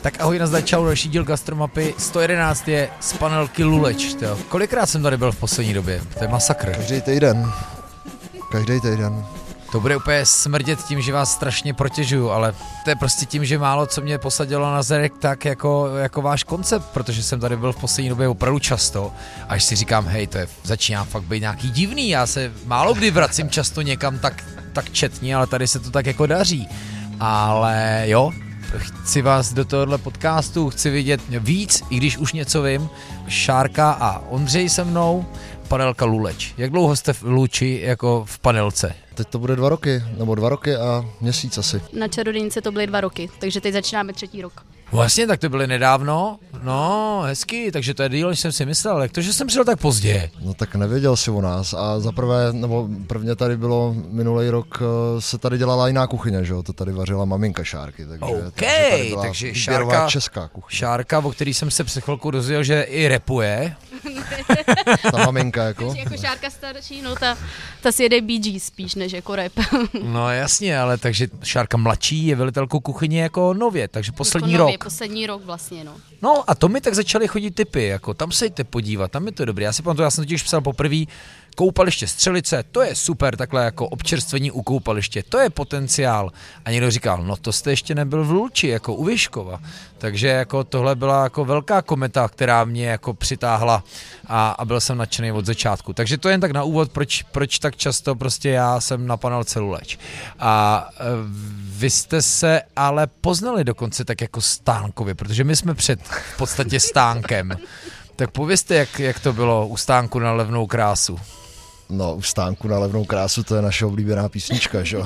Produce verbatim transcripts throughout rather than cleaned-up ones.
Tak ahoj, nazdar, čau, další díl Gastromapy, sto jedenáct je z panelky Luleč, tyjo. Kolikrát jsem tady byl v poslední době, to je masakr. Každý týden, každý týden. To bude úplně smrdět tím, že vás strašně protěžuju, ale to je prostě tím, že málo co mě posadilo na zadek tak jako, jako váš koncept, protože jsem tady byl v poslední době opravdu často, až si říkám, hej, to je, začíná fakt být nějaký divný, já se málo kdy vracím často někam tak, tak četně, ale tady se to tak jako daří, ale jo, chci vás do tohohle podcastu, chci vidět víc, i když už něco vím, Šárka a Ondřej se mnou, panelka Luleč. Jak dlouho jste v Luči jako v panelce? Teď to bude dva roky, nebo dva roky a měsíc asi. Na Čarodějnice to byly dva roky, takže teď začínáme třetí rok. Vlastně, tak to byly nedávno, no hezky, takže to je díl, než jsem si myslel, jak to, že jsem přijel tak pozdě? No tak nevěděl si o nás a zaprvé, nebo prvně tady bylo, minulý rok se tady dělala jiná kuchyně, že jo, to tady vařila maminka Šárky, takže, OK, takže, takže Šárka, česká kuchyně. Šárka, o který jsem se před chvilkou dozvěděl, že i rapuje. Ta maminka jako. Takže jako Šárka starší, no ta, ta si jede Bee Gees spíš než jako rap. No jasně, ale takže Šárka mladší je velitelkou kuchyně jako nově, takže poslední jako nově, rok. poslední rok vlastně, no. No a to mi tak začaly chodit tipy, jako tam se jděte podívat, tam je to dobré. Já si pamatuju, já jsem totiž psal poprvé, koupaliště Střelice, to je super, takhle jako občerstvení u koupaliště, to je potenciál. A někdo říkal, no to jste ještě nebyl v Luči, jako u Vyškova. Takže jako tohle byla jako velká kometa, která mě jako přitáhla a, a byl jsem nadšený od začátku. Takže to jen tak na úvod, proč, proč tak často prostě já jsem na panelce Luleč. A e, vy jste se ale poznali dokonce tak jako stánkově, protože my jsme před v podstatě stánkem. Tak povězte, jak, jak to bylo u stánku na levnou krásu. No, u stánku na levnou krásu, to je naše oblíbená písnička, že jo.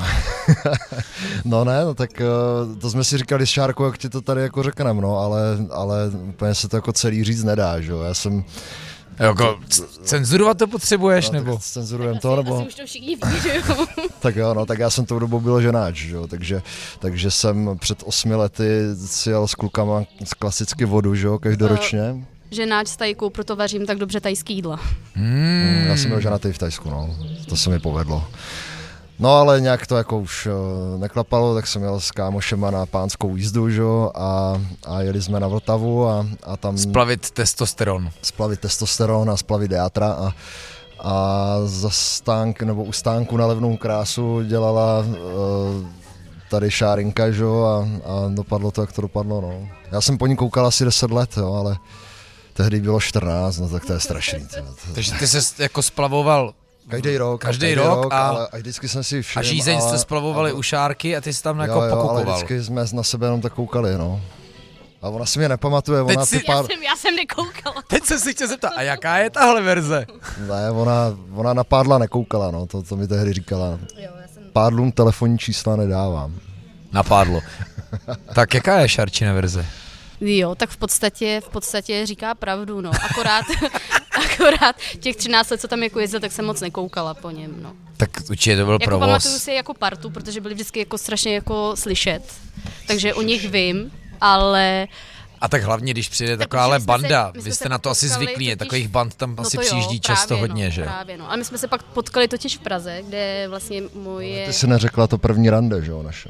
No ne, no tak to jsme si říkali s Šárkou, jak ti to tady jako řekneme, no, ale, ale úplně se to jako celý říct nedá, že jo. Já jsem... Jako, cenzurovat to potřebuješ, no, nebo? Cenzurujeme to, nebo? Asi už to všichni ví, že jo. Tak jo, no, tak já jsem tou dobou byl ženáč, že jo, takže, takže jsem před osmi lety si jel s klukama z klasicky vodu, že jo, každoročně. Ženáč s Tajkou, proto vařím tak dobře tajský jídla. Hmm. Já jsem byl ženatý v Tajsku, no, to se mi povedlo. No ale nějak to jako už uh, neklapalo, tak jsem jel s kámošema na pánskou jízdu, že jo, a, a jeli jsme na Vltavu a, a tam... Splavit testosteron. Splavit testosteron a splavit diatra a, a za stánk, nebo u stánku na levnou krásu dělala uh, tady Šárinka, že jo, a, a dopadlo to, jak to dopadlo, no. Já jsem po ní koukal asi deset let, jo, ale tehdy bylo čtrnáct, no tak to je strašný. Takže ty se jako splavoval Každý rok, každý, každý rok, rok a, ale a vždycky jsem si všiml. A žízeň ale, jste splavovali ale, u Šárky a ty jsi tam jo, jako jo, pokukoval. ale vždycky jsme na sebe jenom tak koukali, no. A ona si mě nepamatuje, Teď ona si, ty pár... Já jsem, já jsem nekoukala. Teď jsem si chtěl zeptat, a jaká je tahle verze? Ne, ona, ona na pádla nekoukala, no, to, to mi tehdy říkala. Jo, já jsem... Pádlům telefonní čísla nedávám. Napadlo. Tak jaká je Šárčina verze? Jo, tak v podstatě, v podstatě říká pravdu, no. Akorát, akorát těch třináct let, co tam jako jezdil, tak jsem moc nekoukala po něm, no. Tak určitě to byl jako provoz. Pamatuju si jako partu, protože byli vždycky jako strašně jako slyšet, takže o nich vím, ale... A tak hlavně, když přijde tak takováhle banda, se, vy jste na to asi zvyklí, totiž, takových band tam no asi jo, přijíždí právě, často hodně, no, že? Právě, no. A my jsme se pak potkali totiž v Praze, kde vlastně moje... Ty jsi neřekla to první rande, že jo, naše.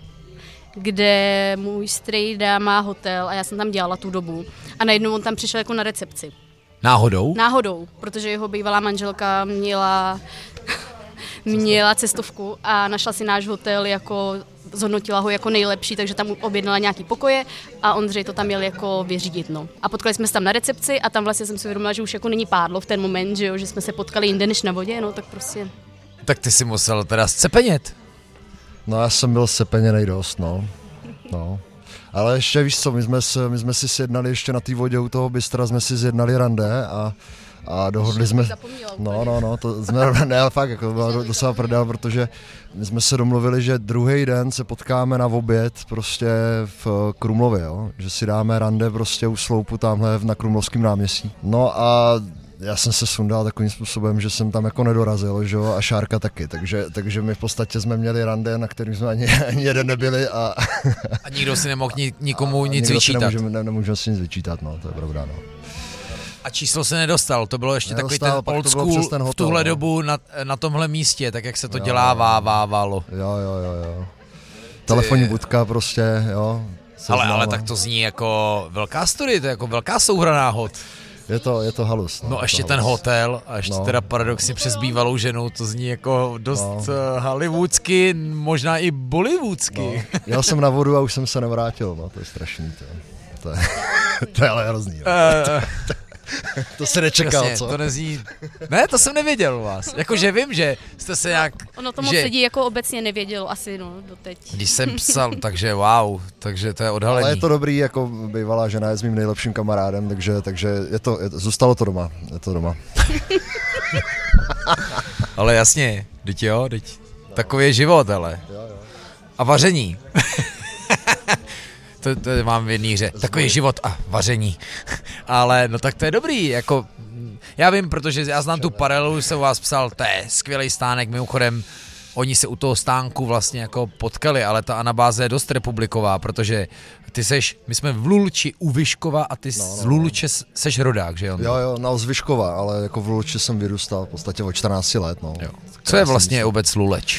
Kde můj strejda má hotel a já jsem tam dělala tu dobu. A najednou on tam přišel jako na recepci. Náhodou? Náhodou, protože jeho bývalá manželka měla, měla cestovku a našla si náš hotel jako, zhodnotila ho jako nejlepší, takže tam objednala nějaký pokoje a Ondřej to tam měl jako vyřídit, no. A potkali jsme se tam na recepci a tam vlastně jsem si uvědomila, že už jako není pádlo v ten moment, že jo, že jsme se potkali jinde než na vodě, no tak prostě. Tak ty si musel teda scepenět. No já jsem byl sepeněnej dost, no. no. Ale ještě víš co, my jsme, se, my jsme si sjednali ještě na té vodě u toho bystra, jsme si zjednali rande a, a dohodli jsme... No, no, no, to jsme, ne, ale fakt, jako byla docela prdel, protože my jsme se domluvili, že druhý den se potkáme na oběd prostě v Krumlově, jo? Že si dáme rande prostě u sloupu tamhle na Krumlovském náměstí. No a já jsem se sundal takovým způsobem, že jsem tam jako nedorazil, že jo, a Šárka taky, takže, takže my v podstatě jsme měli rande, na kterým jsme ani, ani jeden nebyli a... A nikdo si nemohl ni, nikomu a nic vyčítat. Si nemůžeme, ne, nemůžeme si nic vyčítat, no, to je pravda, no. A číslo se nedostal, to bylo ještě nedostal, takový ten old school hotel, v tuhle no. dobu na, na tomhle místě, tak jak se to jo, dělávávalo. Jo, jo, jo, jo. Telefonní budka prostě, jo. Ale, ale tak to zní jako velká story, to je jako velká souhra náhod. Je to, je to halus. No, no ještě ten halus. Hotel a ještě no. teda paradoxně přes bývalou ženu, to zní jako dost no. hollywoodsky, možná i bollywoodsky. No. Jel jsem na vodu a už jsem se nevrátil, no, to je strašný. To, to, je, to je ale hrozný. Uh, to se nečekal, jasně, co? To nezní... Ne, to jsem nevěděl u vás. Jakože vím, že jste se nějak... Ono to moc že... lidí jako obecně nevědělo asi, no, doteď. Když jsem psal, takže wow, takže to je odhalení. Ale je to dobrý, jako bývalá žena je s mým nejlepším kamarádem, takže, takže je to, je, zůstalo to doma, je to doma. Ale jasně, teď jo, teď takový je život, ale. Jo, jo. A vaření. To, to mám v jedné hře. Takový život a vaření. Ale no tak to je dobrý, jako já vím, protože já znám tu paralelu, jsem u vás psal, to je skvělý stánek, mimochodem oni se u toho stánku vlastně jako potkali, ale ta anabáze je dost republiková, protože ty seš, my jsme v Lulči u Vyškova a ty no, no, z Lulče seš rodák, že jo? Jo, jo, no z Vyškova, ale jako v Lulči jsem vyrůstal v podstatě od čtrnácti let, no. Jo. Co je vlastně myslím. Obec Luleč?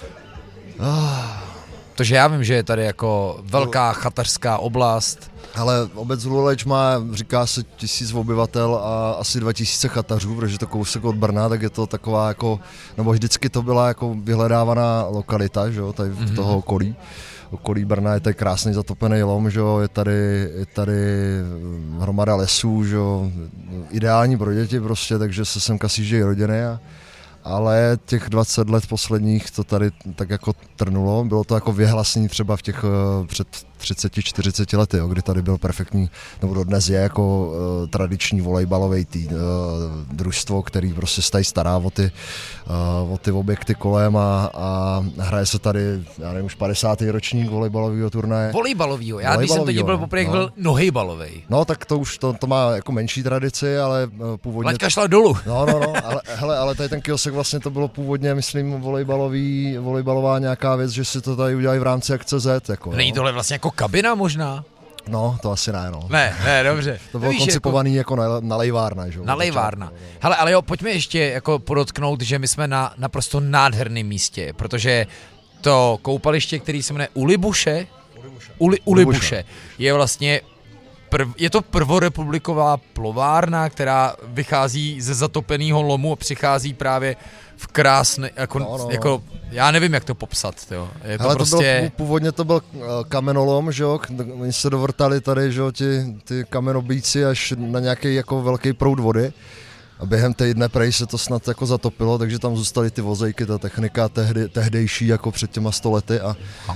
Ah. Protože já vím, že je tady jako velká chatařská oblast. Ale obec Luleč má, říká se, tisíc obyvatel a asi dva tisíce chatařů, protože to kousek od Brna, tak je to taková jako, nebo vždycky to byla jako vyhledávaná lokalita, že jo, tady v mm-hmm. toho okolí. Okolí Brna je tady krásný zatopený lom, že jo, je tady, je tady hromada lesů, že jo, ideální pro děti prostě, takže se sem kasížejí rodiny a ale těch dvacet let posledních to tady tak jako trnulo. Bylo to jako vyhlasení třeba v těch uh, před třicet čtyřicet lety, jo, kdy tady byl perfektní, nebo dodnes je jako uh, tradiční volejbalový tý, uh, družstvo, který prostě stají stará o ty, uh, o ty objekty kolem a, a hraje se tady, já nevím, už padesátý ročník volejbalového turnaje. Volejbalového, já když jsem teď byl poprvé, no. byl nohejbalovej. No tak to už to, to má jako menší tradici, ale uh, původně... Laťka šla dolů. No, no, no, ale, hele, ale tady ten kiosek vlastně to bylo původně, myslím, volejbalový, volejbalová nějaká věc, že si to tady udělají v rámci jak C Z. Jako, není tohle vlastně jako kabina možná? No, to asi ne, no. Ne, ne, dobře. To bylo koncipovaný jako, jako nalejvárna, že jo? Nalejvárna. Hele, ale jo, pojďme ještě jako podotknout, že my jsme na naprosto nádherném místě, protože to koupaliště, který se jmenuje Ulibuše, Uli, Ulibuše, je vlastně Prv, je to prvorepubliková plovárna, která vychází ze zatopeného lomu a přichází právě v krásný, jako, no, no, jako já nevím, jak to popsat, jo. Je to hele, prostě... To bylo, původně to byl kamenolom, že jo, oni se dovrtali tady, že jo, ti, ty kamenobíci až na nějaký jako velký proud vody a během té jedné prej se to snad jako zatopilo, takže tam zůstaly ty vozejky, ta technika tehdy, tehdejší jako před těma sto lety a,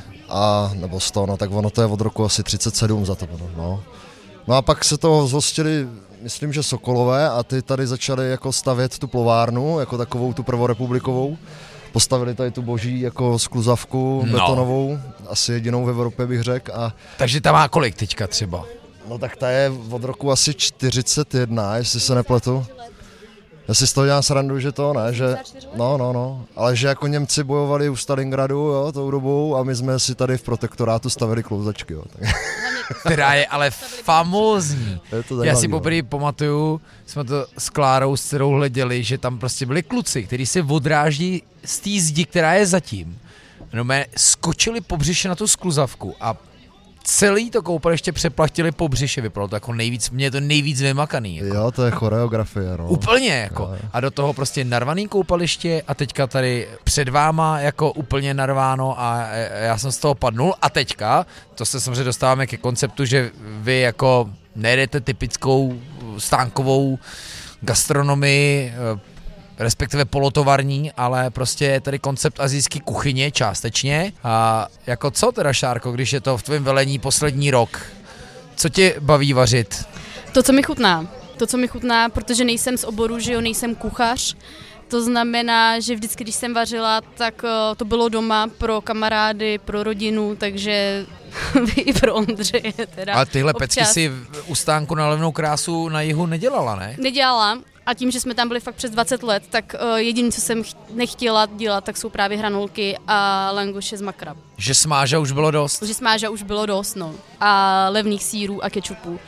a nebo sto, no tak ono to je od roku asi třicet sedm zatopeno, no. No a pak se toho zhostili, myslím, že Sokolové a ty tady začali jako stavět tu plovárnu, jako takovou tu prvorepublikovou. Postavili tady tu boží jako skluzavku no. betonovou, asi jedinou v Evropě bych řekl. A... Takže ta má kolik teďka třeba? No tak ta je od roku asi čtyřicet jedna, jestli se nepletu. Já si z toho dělám srandu, že to ne, že, no, no, no, ale že jako Němci bojovali u Stalingradu, jo, tou dobou a my jsme si tady v protektorátu stavili klouzačky, jo. Která je ale famózní. Je Já si poprvé pamatuju, jsme to s Klárou, s kterou hleděli, že tam prostě byli kluci, kteří se odráží z té zdi, která je zatím. No mé skočili po břiše na tu skluzavku a celý to koupaliště přeplachtili po břiše, vypadalo to jako nejvíc, mě je to nejvíc vymakaný. Jako. Jo, to je choreografie, no. Úplně, jako. Jo, jo. A do toho prostě narvaný koupaliště a teďka tady před váma jako úplně narváno a já jsem z toho padnul a teďka, to se samozřejmě dostáváme ke konceptu, že vy jako nejedete typickou stánkovou gastronomii, respektive polotovarní, ale prostě je tady koncept asijské kuchyně částečně. A jako co teda, Šárko, když je to v tvém velení poslední rok? Co tě baví vařit? To, co mi chutná. To, co mi chutná, protože nejsem z oboru, že jo, nejsem kuchař. To znamená, že vždycky, když jsem vařila, tak to bylo doma pro kamarády, pro rodinu, takže i pro Ondřeje teda. A tyhle občas. Pecky si u stánku na Levnou krásu na jihu nedělala, ne? Nedělala. A tím, že jsme tam byli fakt přes dvacet let, tak uh, jediné, co jsem ch- nechtěla dělat, tak jsou právě hranolky a langoše z makra. Že smáža už bylo dost? Že smáža už bylo dost, no. A levných sýrů a kečupů.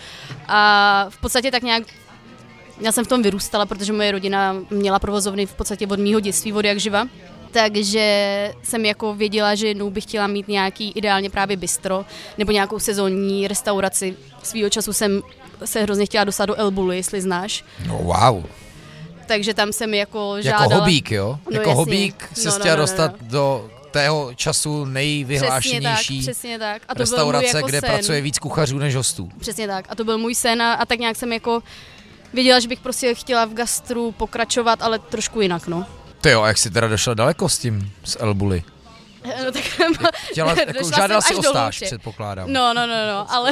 A v podstatě tak nějak, já jsem v tom vyrůstala, protože moje rodina měla provozovny v podstatě od mýho dětství, od jak živa. takže jsem jako věděla, že jednou bych chtěla mít nějaký ideálně právě bistro nebo nějakou sezónní restauraci. Svýho času jsem se hrozně chtěla dostat do El Bulli, jestli znáš. No wow. Takže tam jsem jako žádala. Jako hobík, jo? No, jako jasně. hobík se no, chtěla no, no, dostat no. do tého času nejvyhlášenější přesně tak, přesně tak. A to restaurace, byl můj jako kde sen. pracuje víc kuchařů než hostů. Přesně tak. A to byl můj sen a, a tak nějak jsem jako věděla, že bych prostě chtěla v gastru pokračovat, ale trošku jinak, no. Ty jo, a jak jsi teda došla daleko s tím, s El Bulli? No tak Chtěla, jako žádala si o stáž, předpokládám. No, no, no, no, ale...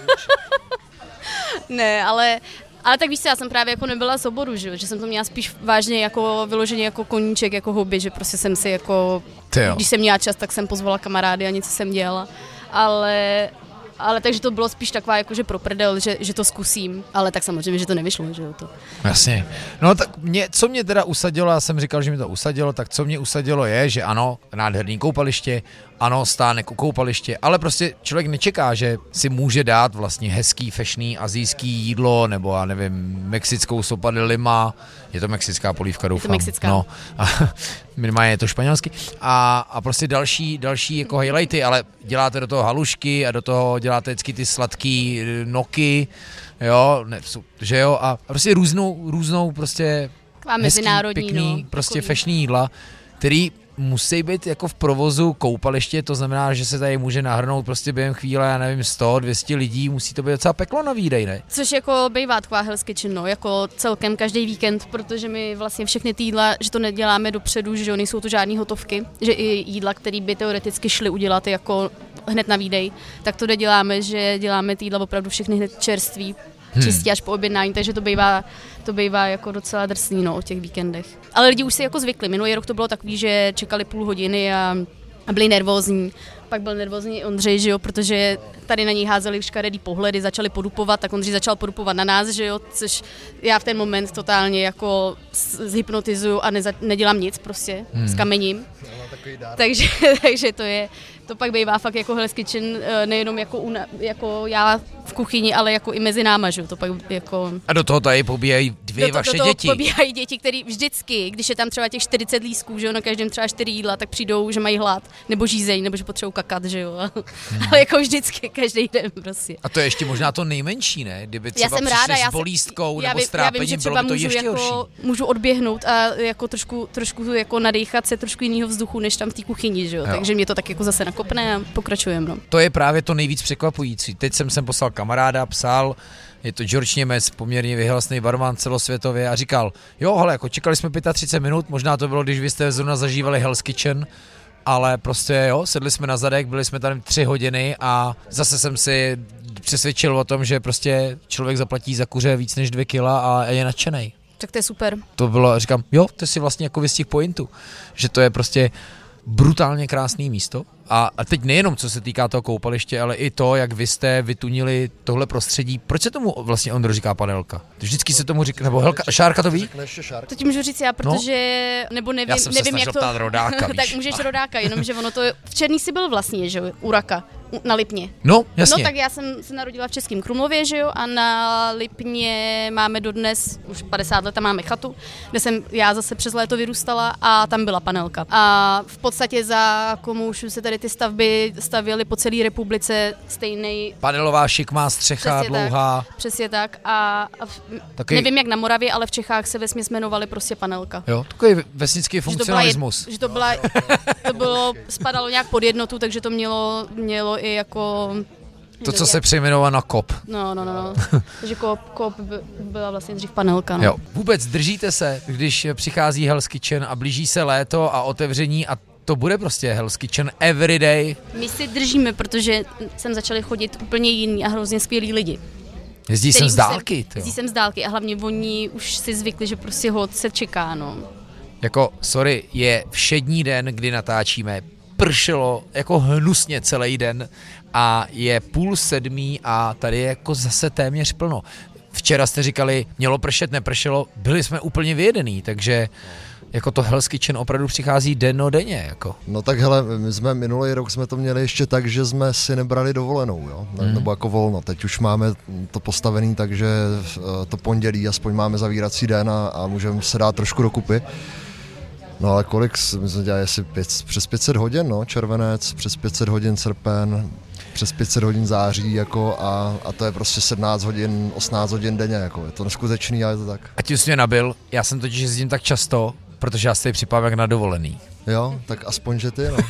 ne, ale... Ale tak víš co, já jsem právě jako nebyla z oboru, že, že jsem to měla spíš vážně jako vyloženě jako koníček, jako hobby, že prostě jsem si jako, když jsem měla čas, tak jsem pozvala kamarády a něco jsem dělala, ale, ale takže to bylo spíš taková jakože pro prdel, že, že to zkusím, ale tak samozřejmě, že to nevyšlo, že jo to. Jasně, no tak mě, co mě teda usadilo, já jsem říkal, že mi to usadilo, tak co mě usadilo je, že ano, nádherný koupaliště, ano, stánek u koupaliště, ale prostě člověk nečeká, že si může dát vlastně hezký, fešný azijský jídlo, nebo já nevím, mexickou sopa de lima, je to mexická polívka, doufám. Je to mexická. No, a minimálně je to španělsky. A, a prostě další, další jako highlighty, ale děláte do toho halušky a do toho děláte vždycky ty sladký noky, jo, ne, že jo, a prostě různou, různou prostě hezký, pěkný, no, prostě fešný jídla, který musí být jako v provozu koupaliště, to znamená, že se tady může nahrnout prostě během chvíle, já nevím, sto, dvě stě lidí, musí to být docela peklo na výdej, ne? Což jako bývá taková Hell's Kitchen, no, jako celkem každý víkend, protože my vlastně všechny ty jídla, že to neděláme dopředu, že nejsou to žádný hotovky, že i jídla, které by teoreticky šly udělat jako hned na výdej, tak to neděláme, že děláme ty jídla opravdu všechny hned čerství, čistě až po objednání, takže to bývá, to bývá jako docela drsný, no, o těch víkendech. Ale lidi už si jako zvykli, minulý rok to bylo takový, že čekali půl hodiny a, a byli nervózní. Pak byl nervózní Ondřej, že jo, protože tady na něj házeli škaredý pohledy, začali podupovat, tak Ondřej začal podupovat na nás, že jo, což já v ten moment totálně jako zhypnotizuju a neza, nedělám nic prostě, hmm. s kamením. Takže, takže to je, to pak bývá fakt jako Hell's Kitchen, nejenom jako, una, jako já v kuchyni, ale jako i mezi náma, že jo, to pak jako... A do toho tady pobíhají dvě do to, vaše do toho děti. pobíhají děti, který vždycky, když je tam třeba těch čtyřicet lístků, že jo, na každém třeba čtyři jídla, tak přijdou, že mají hlad, nebo žízeň, nebo že potřebují kakat, že jo, hmm. ale jako vždycky, každý den prostě. A to je ještě možná to nejmenší, ne? Kdyby třeba já jsem ráda, s já bolístkou já nebo vím, strápením, já vím, že bylo by to můžu, ještě jako, horší. můžu odběhnout a jako trošku, trošku jako nadýchat se trošku jiného vzduchu, než tam v té kuchyni, že jo? Jo. Takže mě to tak jako zase nakopne a pokračujeme. No. To je právě to nejvíc překvapující. Teď jsem sem poslal kamaráda, psal, je to George Němec, poměrně vyhlasný barman celosvětově a říkal, jo, hele, jako čekali jsme třicet pět minut, možná to bylo, když vy jste zrovna zažívali Hell's Kitchen, ale prostě jo, sedli jsme na zadek, byli jsme tady tři hodiny a zase jsem si přesvědčil o tom, že prostě člověk zaplatí za kuře víc než dvě kila a je nadšenej. Tak to je super. To bylo, říkám, jo, to si vlastně jako vystih pointu, že to je prostě brutálně krásný místo a, a teď nejenom co se týká toho koupaliště, ale i to, jak vy jste vytunili tohle prostředí. Proč se tomu vlastně Ondro říká panelka? Vždycky se tomu říká, nebo Helka, Šárka to ví? To ti můžu říct já, protože, no? nebo nevím, já jsem nevím se jak to... rodáka, tak můžeš rodáka, jenomže ono to, v Černý si byl vlastně, že jo, u Raka, na Lipně. No, jasně. No tak já jsem se narodila v Českém Krumlově, že jo, a na Lipně máme dodnes, už padesát let, tam máme chatu, kde jsem já zase přes léto vyrůstala a tam byla panelka. A v podstatě za Komoušu se tady ty stavby stavěly po celé republice stejnej. Panelová šikmá střecha, přesně dlouhá. Tak, přesně tak a, a v, Taky... nevím jak na Moravě, ale v Čechách se vesměs jmenovaly prostě panelka. Jo, takový vesnický funkcionalismus. Že to, byla, že to, byla, to bylo, spadalo nějak pod jednotu, takže to mělo, mělo i jako... To, co se přejmenovalo na kop. No, no, no, no. Takže kop, kop byla vlastně dřív panelka. No. Jo. Vůbec držíte se, když přichází Hell's Kitchen a blíží se léto a otevření a to bude prostě Hell's Kitchen every day. My si držíme, protože sem začali chodit úplně jiný a hrozně skvělí lidi. Jezdí sem z dálky. Se, jezdí sem z dálky a hlavně oni už si zvykli, že prostě hod se čeká, no. Jako, sorry, je všední den, kdy natáčíme, pršelo jako hnusně celý den a je půl sedmý a tady je jako zase téměř plno. Včera jste říkali, mělo pršet, nepršelo, byli jsme úplně vyjedený, takže jako to Hell's Kitchen opravdu přichází dennodenně. Jako. No tak hele, my jsme minulý rok jsme to měli ještě tak, že jsme si nebrali dovolenou, jo? Hmm. Nebo jako volno. Teď už máme to postavený, takže to pondělí aspoň máme zavírací den a, a můžeme se dát trošku dokupy. No ale kolik, my jsme dělali asi pět, přes pět set hodin, no, červenec, přes pět set hodin srpen, přes pět set hodin září, jako a, a to je prostě sedmnáct hodin, osmnáct hodin denně, jako je to neskutečný, ale je to tak. A tím jsi mě nabil, já jsem totiž jezdím tak často, protože já si tady připadám jak na dovolený. Jo, tak aspoň, že ty, no.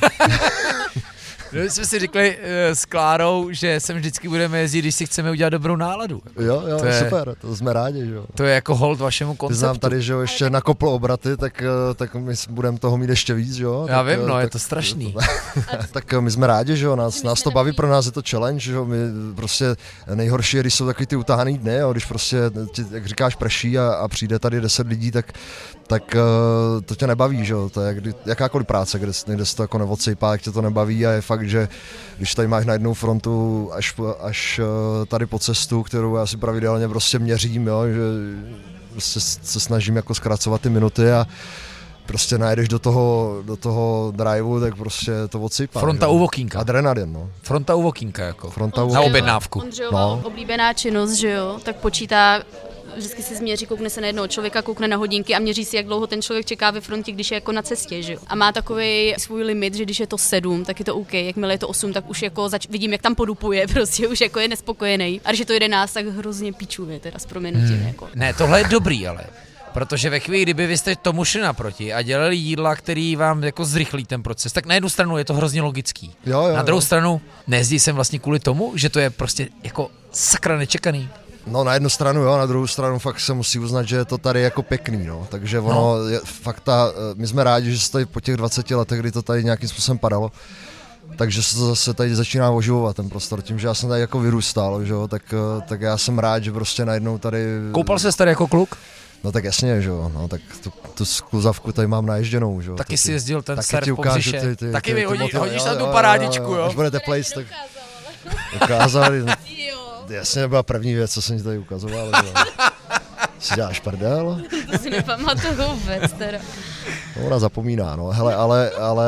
No, jsme si řekli uh, s Klárou, že sem vždycky budeme jezdit, když si chceme udělat dobrou náladu. Jo, jo, to je, super, to jsme rádi, že jo. To je jako hold vašemu konceptu. Ty znám tady, že jo, ještě nakoplo obraty, tak, tak my budeme toho mít ještě víc, že jo. Já tak, vím, no, tak, je to strašný. Tak my jsme rádi, že jo, nás, nás to baví, pro nás je to challenge, že jo, my prostě nejhorší je, když jsou takový ty utahaný dny, jo, když prostě, jak říkáš, prší a, a přijde tady deset lidí, tak tak uh, to tě nebaví, že jo, to je kdy, jakákoliv práce, kde, kde se to jako neodsejpá, jak tě to nebaví a je fakt, že když tady máš na jednou frontu až, až uh, tady po cestu, kterou já si pravidelně prostě měřím, jo, že prostě se snažím jako zkracovat ty minuty a prostě najedeš do toho, do toho driveu, tak prostě to odsejpá. Fronta že? u Vokínka. Adrenalin, no. Fronta u Vokínka, jako. Fronta u na objednávku. Ondřejova no. oblíbená činnost, že jo, tak počítá, vždycky si změří, koukne se na jednoho člověka, koukne na hodinky a měří si, jak dlouho ten člověk čeká ve frontě, když je jako na cestě, že jo. A má takový svůj limit, že když je to sedm, tak je to OK, jakmile je to osm, tak už jako zač- vidím, jak tam podupuje, prostě už jako je nespokojený. A když je to jedenáct, tak hrozně pičuje, teda s prominutím, hmm. jako. Ne, tohle je dobrý, ale. Protože ve chvíli, kdyby vy jste tomu šli naproti a dělali jídla, který vám jako zrychlí ten proces, tak na jednu stranu je to hrozně logický. Jo, jo, na druhou jo. stranu nejezdí jsem vlastně kvůli tomu, že to je prostě jako sakra nečekaný. No na jednu stranu jo, na druhou stranu fakt se musí uznat, že je to tady jako pěkný, no. Takže ono, no. je, fakt ta, my jsme rádi, že se tady po těch dvaceti letech, kdy to tady nějakým způsobem padalo, takže se to zase tady začíná oživovat ten prostor. Tím, že já jsem tady jako vyrůstal, že jo, tak, tak já jsem rád, že prostě najednou tady... Koupal ses tady jako kluk? No tak jasně, že jo, no tak tu, tu skluzavku tady mám naježděnou, že jo. Taky si jezdil ten taky surf po břiše. Ty, ty, taky ty, mi ty hodí, motor, hodíš jo, tam tu jo, parádičku, jo. jo. Až budete place, tak ukázali. No. Jasně, byla první věc, co jsem ti tady ukazoval. Si děláš prdel? To si nepamatuju vůbec teda. No, ona zapomíná, no, hele, ale, ale,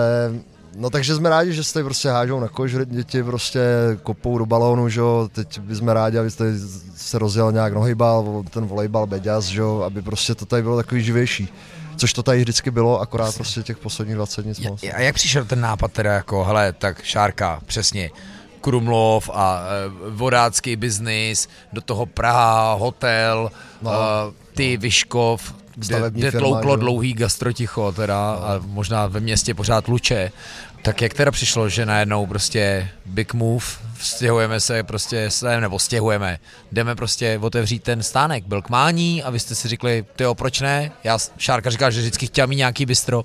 no takže jsme rádi, že se tady prostě hážou na kož, děti prostě kopou do balónu, že jo, teď bychom rádi, aby tady se rozjel nějak nohybal, ten volejbal, beďas, že jo, aby prostě to tady bylo takový živější. Což to tady vždycky bylo, akorát prostě těch posledních dvacet nic moc. A jak přišel ten nápad teda jako, hele, tak Šárka, přesně, Krumlov a e, vodácký biznis, do toho Praha, hotel, no, e, ty no. Vyškov, kde, kde tlouklo dlouhý gastroticho teda no. a možná ve městě pořád luče. Tak jak teda přišlo, že najednou prostě big move, stěhujeme se prostě, nebo stěhujeme, jdeme prostě otevřít ten stánek, byl k mání a vy jste si řekli, tyjo, proč ne? Já, Šárka říkal, že vždycky chtěla mít nějaký bistro.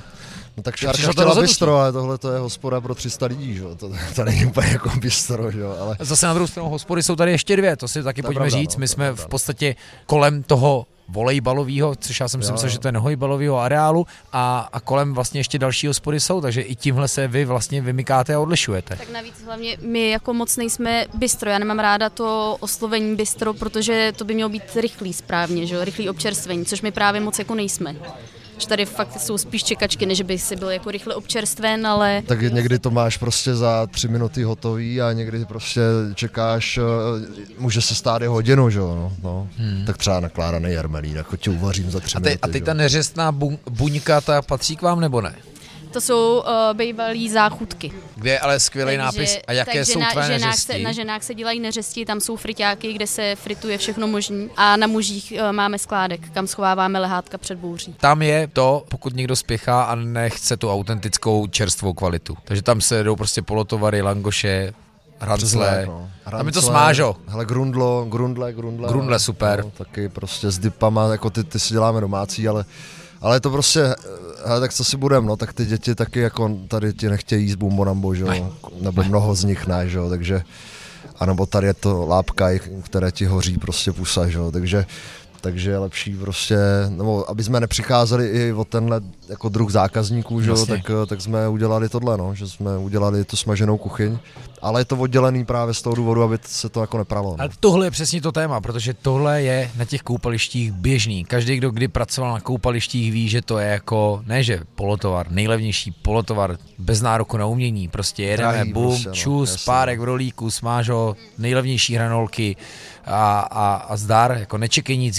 No tak Šárka chtěla bistro, ale tohle to je hospoda pro tři sta lidí, že jo, to, to není úplně jako bistro, že jo, ale... Zase na druhou stranu hospody jsou tady ještě dvě, to si taky to pojďme pravda, říct, no, my jsme pravda. v podstatě kolem toho volejbalového, což já jsem si myslel, že to je nehojbalového areálu a, a kolem vlastně ještě další hospody jsou, takže i tímhle se vy vlastně vymykáte a odlišujete. Tak navíc hlavně my jako moc nejsme bistro, já nemám ráda to oslovení bistro, protože to by mělo být rychlý správně, že jo, rychlý občerstvení, což my právě moc jako nejsme. Že tady fakt jsou spíš čekačky, než by si byl jako rychle občerstven, ale... Tak někdy to máš prostě za tři minuty hotový a někdy prostě čekáš, může se stát i hodinu, že jo, no, no. Hmm. Tak třeba nakládaný jarmelín, jako tě uvařím za tři a ty, minuty. A teď ta neřestná bu- buňka, ta patří k vám nebo ne? To jsou uh, bývalý záchutky. Kde je ale skvělý takže, nápis a jaké jsou na, tvé ženách neřesti? Se, na ženách se dělají neřesti, tam jsou friťáky, kde se frituje všechno možný a na mužích uh, máme skládek, kam schováváme lehátka před bouří. Tam je to, pokud někdo spěchá a nechce tu autentickou čerstvou kvalitu. Takže tam se jdou prostě polotovary, langoše, hrancle, no. Tam je to smážo. Hele, grundlo, grundle, grundle. Grundle, super. No, taky prostě s dipama, jako ty, ty si děláme domácí, ale Ale je to prostě, hele, tak co si budem, no, tak ty děti taky jako tady ti nechtějí jíst bumbonambo, že jo, nebo mnoho z nich ne, že jo, takže, anebo tady je to lápkaj, které ti hoří prostě pusa, že jo, takže, takže je lepší prostě, nebo aby jsme nepřicházeli i o tenhle jako druh zákazníků, že jo, tak, tak jsme udělali tohle, no, že jsme udělali tu smaženou kuchyň, ale je to oddělený právě z toho důvodu, aby se to jako nepralo. No. Ale tohle je přesně to téma, protože tohle je na těch koupalištích běžný. Každý, kdo kdy pracoval na koupalištích, ví, že to je jako, ne že polotovar, nejlevnější polotovar, bez nároku na umění, prostě jedeme, Drahý, bum, prostě, čus, no, párek v rolíku, smážo, nejlevnější hranolky a, a, a zdar, jako nečekej nic víc.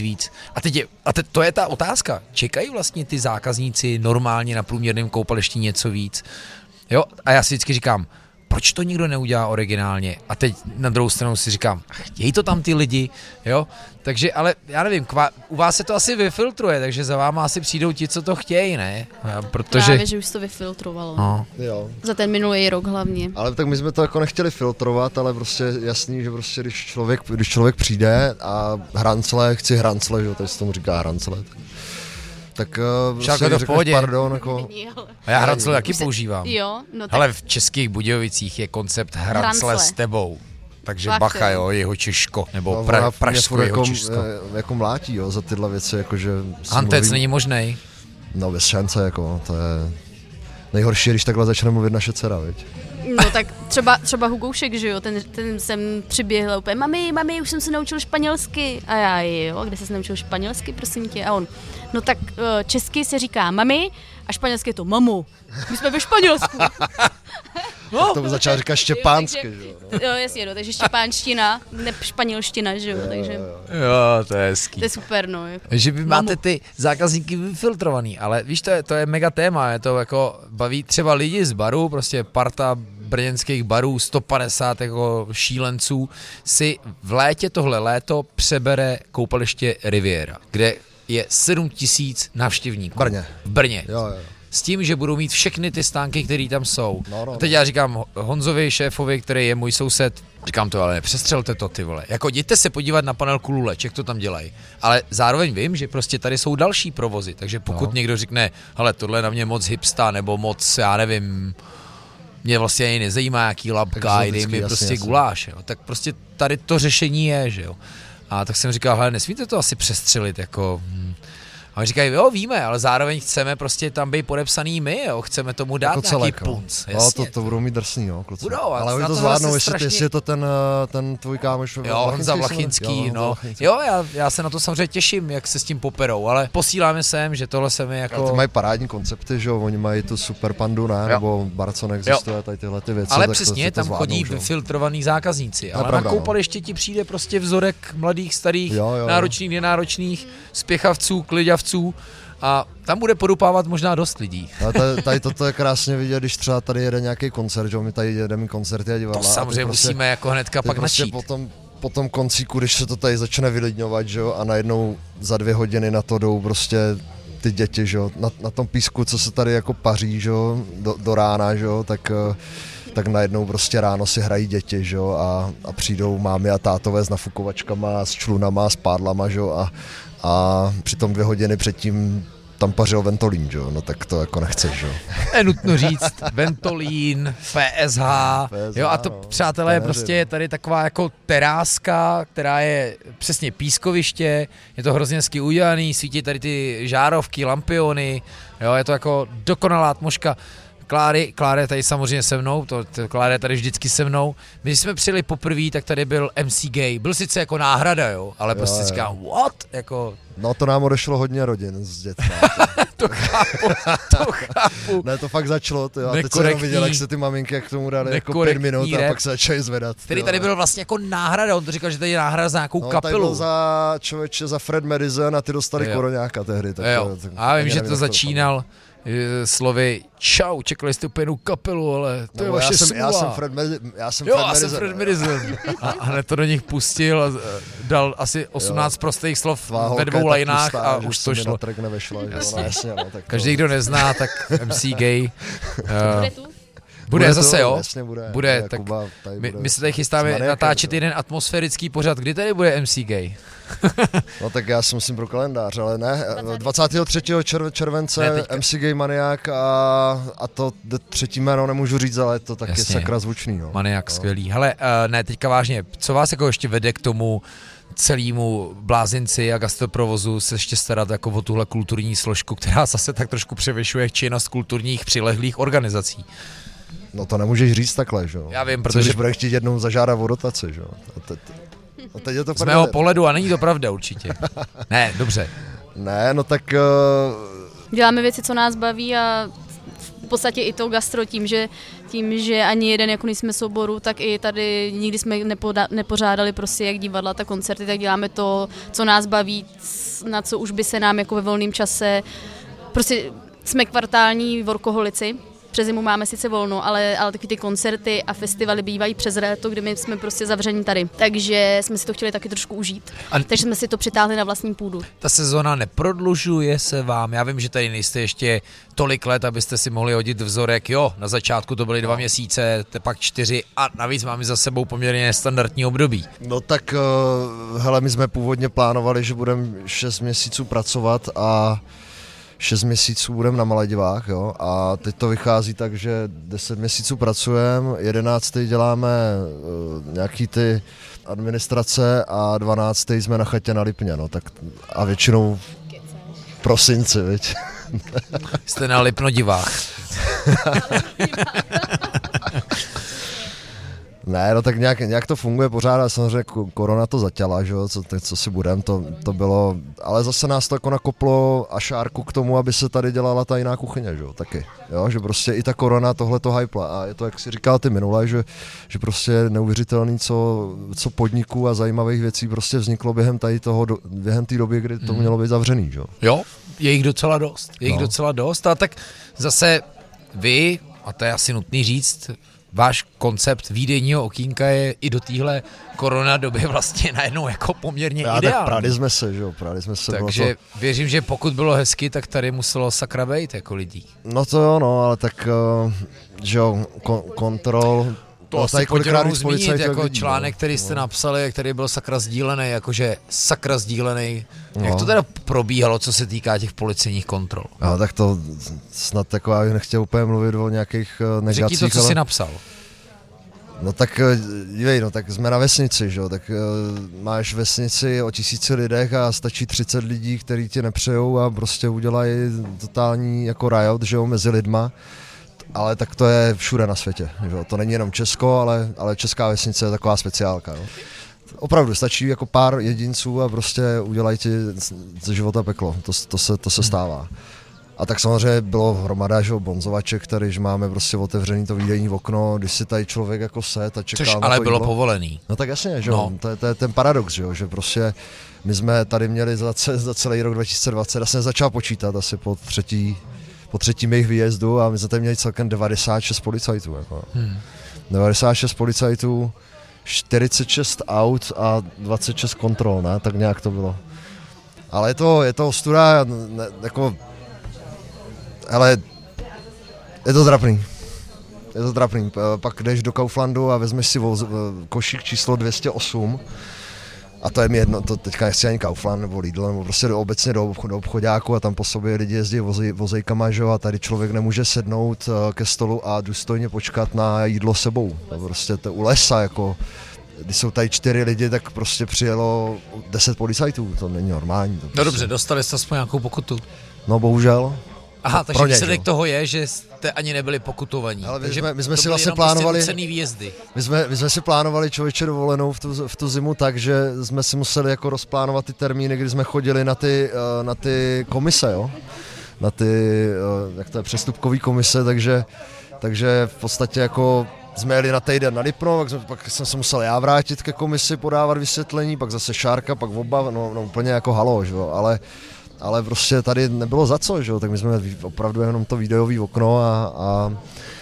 víc. A teď je, a teď to je ta otázka. Čekají vlastně ty zákazníci normálně na průměrném koupališti něco víc? Jo? A já si vždycky říkám, proč to nikdo neudělá originálně? A teď na druhou stranu si říkám, chtějí to tam ty lidi, jo? Takže, ale já nevím, kvá, u vás se to asi vyfiltruje, takže za váma asi přijdou ti, co to chtějí, ne? Protože... Právě, že už to vyfiltrovalo. No. Jo. Za ten minulý rok hlavně. Ale tak my jsme to jako nechtěli filtrovat, ale prostě jasný, že prostě když člověk, když člověk přijde a hrancle, chci hrancle, že jo, tady se tomu říká hrancle, tak uh, prostě to v pohodě. Pardon, jako... A já hrancle taky používám. Jo, no tak... Ale v Českých Budějovicích je koncept hrancle, hrancle. S tebou. Takže Fakt, bacha, jo, jo, jeho Češko, nebo no, pra, Pražsko, jeho jako, Česko. Jako mlátí, jo, za tyhle věci, jakože... Hantec mluví, není možnej. No bez šance, jako, to je... Nejhorší, když takhle začne mluvit naše dcera, viď? No tak třeba, třeba Hugoušek, že jo, ten, ten jsem přiběhl úplně, mami, mami, už jsem se naučil španělsky. A já, jo, kde jsi se naučil španělsky, prosím tě? A on, no tak česky se říká mami a španělsky je to mamu. My jsme ve Španělsku. No, to začal říkat štěpánsky, jo, že jo. No. Jo, jasně, no, takže štěpánština, ne španělština, že jo, jo takže... Jo, jo, to je hezký. To je super, no. Jako. Že vy máte ty zákazníky vyfiltrovaný, ale víš, to je, to je mega téma, je to jako, baví třeba lidi z baru, prostě parta brněnských barů, sto padesát jako šílenců, si v létě tohle léto přebere koupaliště Riviera, kde je sedm tisíc návštěvníků. V Brně. V Brně. Jo, jo. S tím, že budou mít všechny ty stánky, které tam jsou. No, no, a teď já říkám Honzovi, šéfovi, který je můj soused, říkám to, ale nepřestřelte to, ty vole. Jako jděte se podívat na panelku Luleček, jak to tam dělají. Ale zároveň vím, že prostě tady jsou další provozy, takže pokud no. někdo řekne, hele, tohle je na mě moc hipsta, nebo moc, já nevím, mě vlastně ani nezajímá, jaký labka, dej mi prostě jasný. Guláš, jo. Tak prostě tady to řešení je, že jo. A tak jsem říkal, hele, nesmíte to asi přestřelit, jako... Hm. A oni říkají, jo, víme, ale zároveň chceme prostě tam být podepsaný my, jo, chceme tomu dát jako nějaký celek, punc. No, no to, to budou mít drsný, jo, kluci. Budou, ale oni to zvládnou, jestli, strašně... jestli je to ten, ten tvůj kámoš. Jo, Honza Vlachinský, jo, no. Vlachinský. Jo, já, já se na to samozřejmě těším, jak se s tím poperou, ale posíláme sem, že tohle se mi jako... Ale ty mají parádní koncepty, že jo, oni mají tu super pandu, ne, jo. Nebo bar, co neexistuje, tady tyhle ty věci. Ale přesně, tam zvládnou, chodí vyfiltrovaní zákazníci, ale na koupaliště ti přijde prostě vzorek mladých, starých, náročných, nenáročných, spěchavců, klidavců. A tam bude podupávat možná dost lidí. A tady, tady toto je krásně vidět, když třeba tady jede nějaký koncert, že my tady jedeme koncerty a divadla. To samozřejmě prostě, musíme jako hnedka pak prostě načít. Potom, po tom koncíku, když se to tady začne vylidňovat, že jo, a najednou za dvě hodiny na to jdou prostě ty děti, že jo, na, na tom písku, co se tady jako paří, že jo, do, do rána, že jo, tak... tak najednou prostě ráno si hrají děti, že jo, a, a přijdou mámy a tátové s nafukovačkama, s člunama, s pádlama, že jo, a, a přitom dvě hodiny předtím tam pařil Ventolín, že jo, no tak to jako nechceš, že jo. Je nutno říct, Ventolín, P S H, P S H, jo, a to, no, přátelé, je prostě je tady taková jako teráska, která je přesně pískoviště, je to hrozně hezky udělaný, svítí tady ty žárovky, lampiony, jo, je to jako dokonalá atmosféra. Kláry, Klára je tady samozřejmě se mnou, to, to Klára je tady vždycky se mnou. My jsme přijeli poprvé, tak tady byl M C Gay. Byl sice jako náhrada, jo, ale jo, prostě říkám, what? Jako... No to nám odešlo hodně rodin s dětmi. To chápu, to chápu. Ne, to fakt začalo, ty, a teď jsem jenom viděl, jak se ty maminky jak k tomu dali jako pět minut a pak se začali zvedat. Který tady byl vlastně jako náhrada, on to říkal, že tady je náhrada za nějakou no, kapelu. No, tady byl za člověče, za Fred Madison a ty dostali jo. Koroňáka tehdy. Tak jo. To, tak a vím, že to začínal slovy čau, čekali jste úplně kapelu, ale to no, je vaše smůla. Já jsem Fred, Medi- já jsem jo, Fred já Madison. jsem Fred Madison. A hned to do nich pustil a dal asi osmnáct jo. prostých slov Tvá ve dvou lajnách a už to šlo. Nevešlo, jasně. Jasně, no, tak každý, kdo nezná, tak M C Gay. Uh, bude tu? Bude, bude to, zase, jo? Jasně bude. Bude, bude tak Kuba, my, my se tady chystáme natáčet jeden atmosférický pořad. Kdy tady bude M C Gay? No tak já si musím pro kalendář, ale ne. dvacátého třetího července ne, M C Gay Maniak a, a to třetí jméno nemůžu říct, ale to taky jasně. sakra zvučný. No. Maniak, no. skvělý. Hele, uh, ne, teďka vážně, co vás jako ještě vede k tomu celému blázinci a gastroprovozu se ještě starat jako o tuhle kulturní složku, která zase tak trošku převyšuje činnost kulturních přilehlých organizací? No to nemůžeš říct takhle, že jo. Já vím, protože... Co když budeš chtít jednou zažádat o dotaci, že jo. A teď, a teď je to z mého pohledu, a není to pravda určitě. Ne, dobře. Ne, no tak... Uh... Děláme věci, co nás baví a podstatě i to gastro tím, že, tím, že ani jeden jako nejsme z oboru, tak i tady nikdy jsme nepoda, nepořádali prostě jak divadla, tak koncerty, tak děláme to, co nás baví, na co už by se nám jako ve volném čase, prostě jsme kvartální workoholici. Přes zimu máme sice volno, ale, ale taky ty koncerty a festivaly bývají přes léto, kdy my jsme prostě zavření tady. Takže jsme si to chtěli taky trošku užít. A takže jsme si to přitáhli na vlastní půdu. Ta sezona neprodlužuje se vám? Já vím, že tady nejste ještě tolik let, abyste si mohli hodit vzorek. Jo, na začátku to byly dva měsíce, pak čtyři a navíc máme za sebou poměrně nestandardní období. No tak, hele, my jsme původně plánovali, že budeme šest měsíců pracovat a šest měsíců budeme na Maledivách, jo, a teď to vychází tak, že deset měsíců pracujeme, jedenáctý děláme uh, nějaký ty administrace a dvanáctý jsme na chatě na Lipně, no, tak a většinou v prosinci, viď. Jste na Lipnodivách. Ne, no tak nějak, nějak to funguje pořád, samozřejmě korona to zatěla, že jo, co, co si budem, to, to bylo, ale zase nás to jako nakoplo a šárku k tomu, aby se tady dělala ta jiná kuchyně, že jo, taky, jo, že prostě i ta korona tohle to hypla a je to, jak si říkal ty minule, že, že prostě je neuvěřitelný, co, co podniků a zajímavých věcí prostě vzniklo během tady toho, během té doby, kdy to mělo být zavřený, že jo. Jo, je jich docela dost, je jich no. docela dost, a tak zase vy, a to je asi nutný říct, váš koncept výdejního okýnka je i do téhle korona doby vlastně najednou jako poměrně Já, ideální. Tak prali jsme se, že jo, prali jsme se. Takže to... věřím, že pokud bylo hezky, tak tady muselo sakra bejt jako lidí. No to jo, no, ale tak, uh, že jo, kon- kontrol... To no, asi pojďte rovnou zmínit jako lidí, článek, který jste no. napsali, který byl sakra sdílený, jakože sakra sdílený. No. Jak to teda probíhalo, co se týká těch policejních kontrol? No, tak to snad jako, já bych nechtěl úplně mluvit o nějakých uh, negacích. Řekni to, co ale... jsi napsal. No tak, dívej, no tak jsme na vesnici, že jo, tak uh, máš vesnici o tisíci lidech a stačí třicet lidí, kteří tě nepřejou a prostě udělají totální jako riot, že jo, mezi lidma. Ale tak to je všude na světě, že jo? To není jenom Česko, ale, ale česká vesnice je taková speciálka. No? Opravdu stačí jako pár jedinců a prostě udělají ti ze života peklo, to, to, se, to se stává. A tak samozřejmě bylo hromada, že jo, bonzovaček, který, že máme prostě otevřený to výdejní okno, když si tady člověk jako set a čekal. Což na to ale bylo jídlo. Povolený. No tak jasně, že jo, no. to, to je ten paradox, že jo, že prostě my jsme tady měli za, za celý rok dva tisíce dvacet, já jsem začal počítat asi po třetí, po třetím jejich výjezdu a my jsme tady měli celkem devadesát šest policajtů. Jako. Hmm. devadesát šest policajtů, čtyřicet šest aut a dvacet šest kontrol, ne? Tak nějak to bylo. Ale je to, je to ostuda, ne, jako, hele, je to trapný. Je to trapný. Pak jdeš do Kauflandu a vezmeš si voz, košík číslo dvě stě osm. A to je mi jedno, to teďka nechci ani Kaufland nebo Lidl, nebo prostě do, obecně do, do obchodáku a tam po sobě lidi jezdí vozej, vozejkama, že jo, a tady člověk nemůže sednout uh, ke stolu a důstojně počkat na jídlo sebou. To prostě to u lesa, jako, když jsou tady čtyři lidi, tak prostě přijelo deset policajtů, to není normální. To prostě... No dobře, dostali jste aspoň nějakou pokutu? No bohužel. Aha, takže výsledek toho je, že jste ani nebyli pokutovaní. Ale my takže jsme, my jsme to si vlastně plánovali prostě výjezdy. My jsme, my jsme si plánovali člověče dovolenou v tu, v tu zimu tak, že jsme si museli jako rozplánovat ty termíny, kdy jsme chodili na ty, na ty komise, jo? Na ty, jak to je, přestupkový komise, takže, takže v podstatě jako jsme jeli na týden na Lipno, pak, jsme, pak jsem se musel já vrátit ke komisi, podávat vysvětlení, pak zase Šárka, pak oba, no, no úplně jako halo, že jo? Ale Ale prostě tady nebylo za co, že jo, tak my jsme opravdu jenom to videový okno a, a,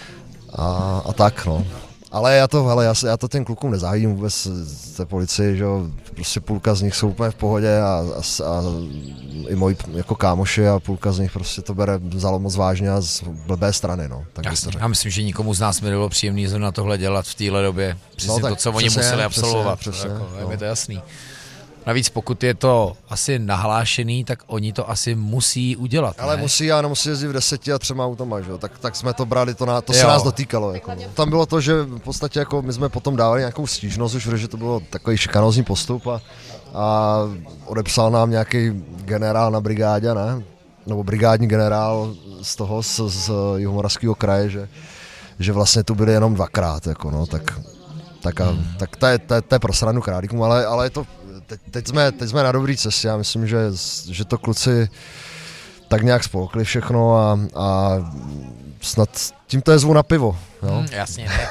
a, a tak, no. Ale já to, hele, já, já to těm klukům nezávidím vůbec z té policii, že jo, prostě půlka z nich jsou úplně v pohodě a, a, a i moji jako kámoši a půlka z nich prostě to bere vzalo moc vážně a z blbé strany, no. Tak Jasně, já myslím, že nikomu z nás mi nebylo příjemný zrovna tohle dělat v téhle době, přesně no, to, co oni museli absolvovat, přesně, přesně, jako, no. Je mi to jasný. Navíc pokud je to asi nahlášený, tak oni to asi musí udělat. Ale ne? musí, já nemusí jezdit v deseti a třema automa, že? Tak, tak jsme to brali, to, na, to se nás dotýkalo. Jako. Tam bylo to, že v podstatě jako my jsme potom dávali nějakou stížnost, už že to bylo takový šikanózní postup a, a odepsal nám nějaký generál na brigádě, ne? Nebo brigádní generál z toho, z, z Jihomoravského kraje, že, že vlastně tu byli jenom dvakrát, jako no, tak, tak, a, hmm. tak to je, to je, to je pro srandu králíkům, ale, ale je to Teď, teď, jsme, teď jsme na dobrý cestě, já myslím, že, že to kluci tak nějak spolkli všechno a, a snad tím to je zvu na pivo. Jo? Hmm, jasně, ne.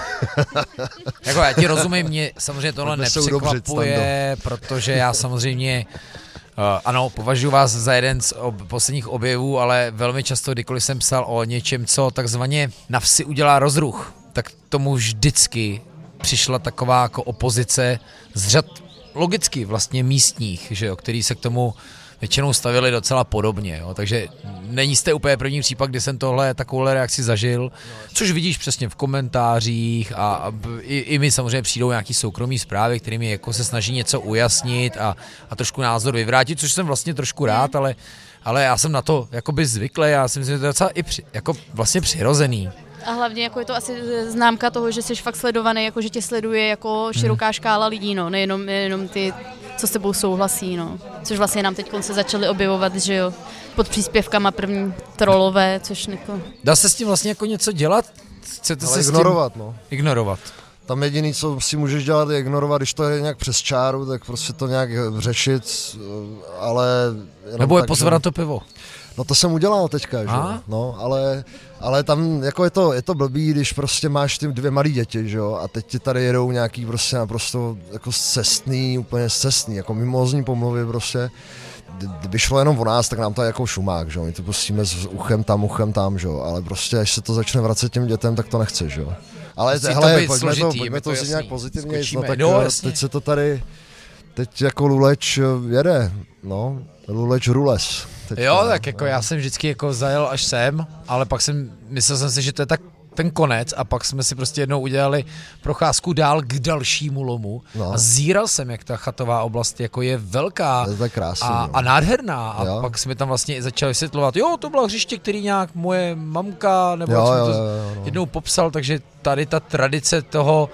Jako já ti rozumím, mě samozřejmě tohle nepřekvapuje, protože já samozřejmě, uh, ano, považuji vás za jeden z ob- posledních objevů, ale velmi často, kdykoliv jsem psal o něčem, co takzvaně na vsi udělá rozruch, tak tomu vždycky přišla taková jako opozice z řad logicky vlastně místních, že jo, který se k tomu většinou stavili docela podobně, jo. Takže není jste úplně první případ, kdy jsem tohle takovouhle reakci zažil, což vidíš přesně v komentářích a, a i, i mi samozřejmě přijdou nějaký soukromý zprávy, kterými jako se snaží něco ujasnit a, a trošku názor vyvrátit, což jsem vlastně trošku rád, ale, ale já jsem na to jakoby zvyklý, já si myslím, že to je docela i při, jako vlastně přirozený. A hlavně jako je to asi známka toho, že jsi fakt sledovaný, jako že tě sleduje jako široká škála lidí, no, nejenom, nejenom ty, co s tebou souhlasí, no. Což vlastně nám teď se začaly objevovat, že jo, pod příspěvkama první trolové, což jako... Dá se s tím vlastně jako něco dělat? Chcete ale se ignorovat, s tím... no. Ignorovat. Tam jediný, co si můžeš dělat, je ignorovat, když to je nějak přes čáru, tak prostě to nějak řešit, ale... Nebo je tak, pozvat že... na to pivo. No to jsem udělal teďka, že jo, no, ale, ale tam jako je to, je to blbý, když prostě máš ty dvě malé děti, že jo, a teď ti tady jedou nějaký prostě naprosto jako scestný, úplně scestný, jako mimózní pomluvy prostě. Kdyby šlo jenom o nás, tak nám to je jako šumák, že jo, my to pustíme s uchem tam, uchem tam, že jo, ale prostě až se to začne vracet těm dětem, tak to nechce, že jo. Ale hele, pojďme složitý, to, pojďme to, to si nějak pozitivně, no, tak no, teď se to tady, teď jako Luleč jede, no, Luleč Rules. Teďka, jo, tak jako no. Já jsem vždycky jako zajel až sem, ale pak jsem, myslel jsem si, že to je tak ten konec a pak jsme si prostě jednou udělali procházku dál k dalšímu lomu no. A zíral jsem, jak ta chatová oblast jako je velká je to krásný, a, a nádherná a jo. Pak jsme tam vlastně i začali vysvětlovat, jo, to bylo hřiště, který nějak moje mamka nebo jo, jsem jo, to jo, jo, no. jednou popsal, takže tady ta tradice toho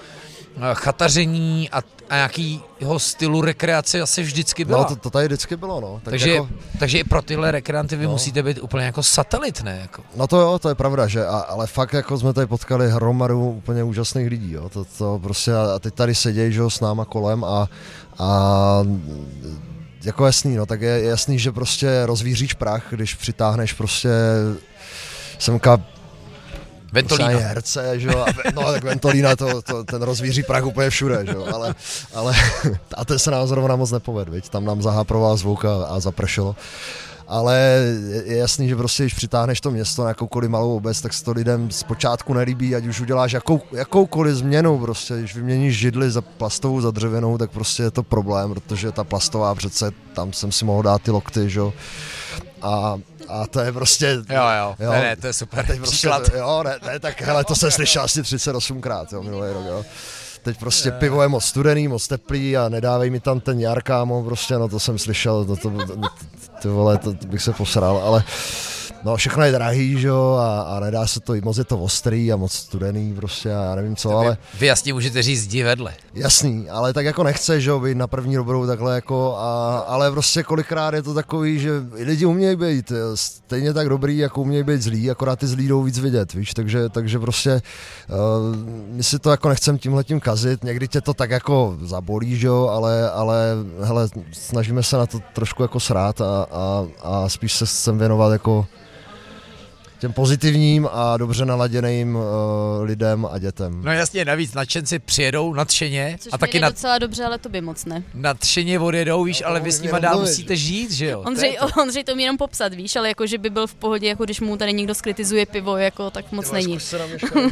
chataření a, a nějakýho stylu rekreace asi vždycky byla. No to, to tady vždycky bylo, no. Tak takže, jako, takže i pro tyhle rekreanty vy no. musíte být úplně jako satelit, ne? Jako. No to jo, to je pravda, že, a, ale fakt jako jsme tady potkali hromadu úplně úžasných lidí, jo. To, to prostě a teď tady sedějí, že jo, s náma kolem a, a jako jasný, no, tak je jasný, že prostě rozvíříš prach, když přitáhneš prostě semka Ventolína. herce, že jo, no tak Ventolína, to, to, ten rozvíří prach úplně všude, že jo, ale, ale a ten se nám zrovna moc nepovedl, viď, tam nám zaháproval zvuk a, a zapršelo. Ale je jasný, že prostě, když přitáhneš to město na jakoukoliv malou obec, tak se to lidem zpočátku nelíbí, ať už uděláš jakou, jakoukoliv změnu, prostě, když vyměníš židli za plastovou, za dřevěnou, tak prostě je to problém, protože ta plastová přece, tam jsem si mohl dát ty lokty, že jo, a A to je prostě... Jo, jo, jo. Ne, ne, to je super. Teď prostě, jo, ne, ne, tak hele, to jsem slyšel asi třicet osmkrát, jo, minulý rok, jo. Teď prostě je. Pivo je moc studený, moc teplý a nedávej mi tam ten jar, kámo, prostě, no to jsem slyšel, to, to, to, ty vole, to bych se posral, ale no všechno je drahý, že jo, a, a nedá se to, moc je to ostrý a moc studený prostě a já nevím co, vy, ale... Vy jasně můžete říct zdi vedle. Jasný, ale tak jako nechce, že jo, být na první dobrou takhle jako, a, ale prostě kolikrát je to takový, že lidi umějí být stejně tak dobrý, jako umějí být zlí, akorát ty zlí jdou víc vidět, víš, takže, takže prostě uh, my si to jako nechcem tímhletím kazit, někdy tě to tak jako zabolí, že jo, ale, ale hele, snažíme se na to trošku jako srát a, a, a spíš se sem věnovat jako těm pozitivním a dobře naladěným uh, lidem a dětem. No jasně, navíc nadšenci přijedou nadšeně. Což a taky nad... docela dobře, ale to by moc ne. Nadšeně odjedou, víš, no, ale vy s nima dál musíte žít, že jo? Ondřej to, Ondřej to mi jenom popsat, víš, ale jako, že by byl v pohodě, jako když mu tady někdo skritizuje pivo, jako tak moc Ty není. Se jo,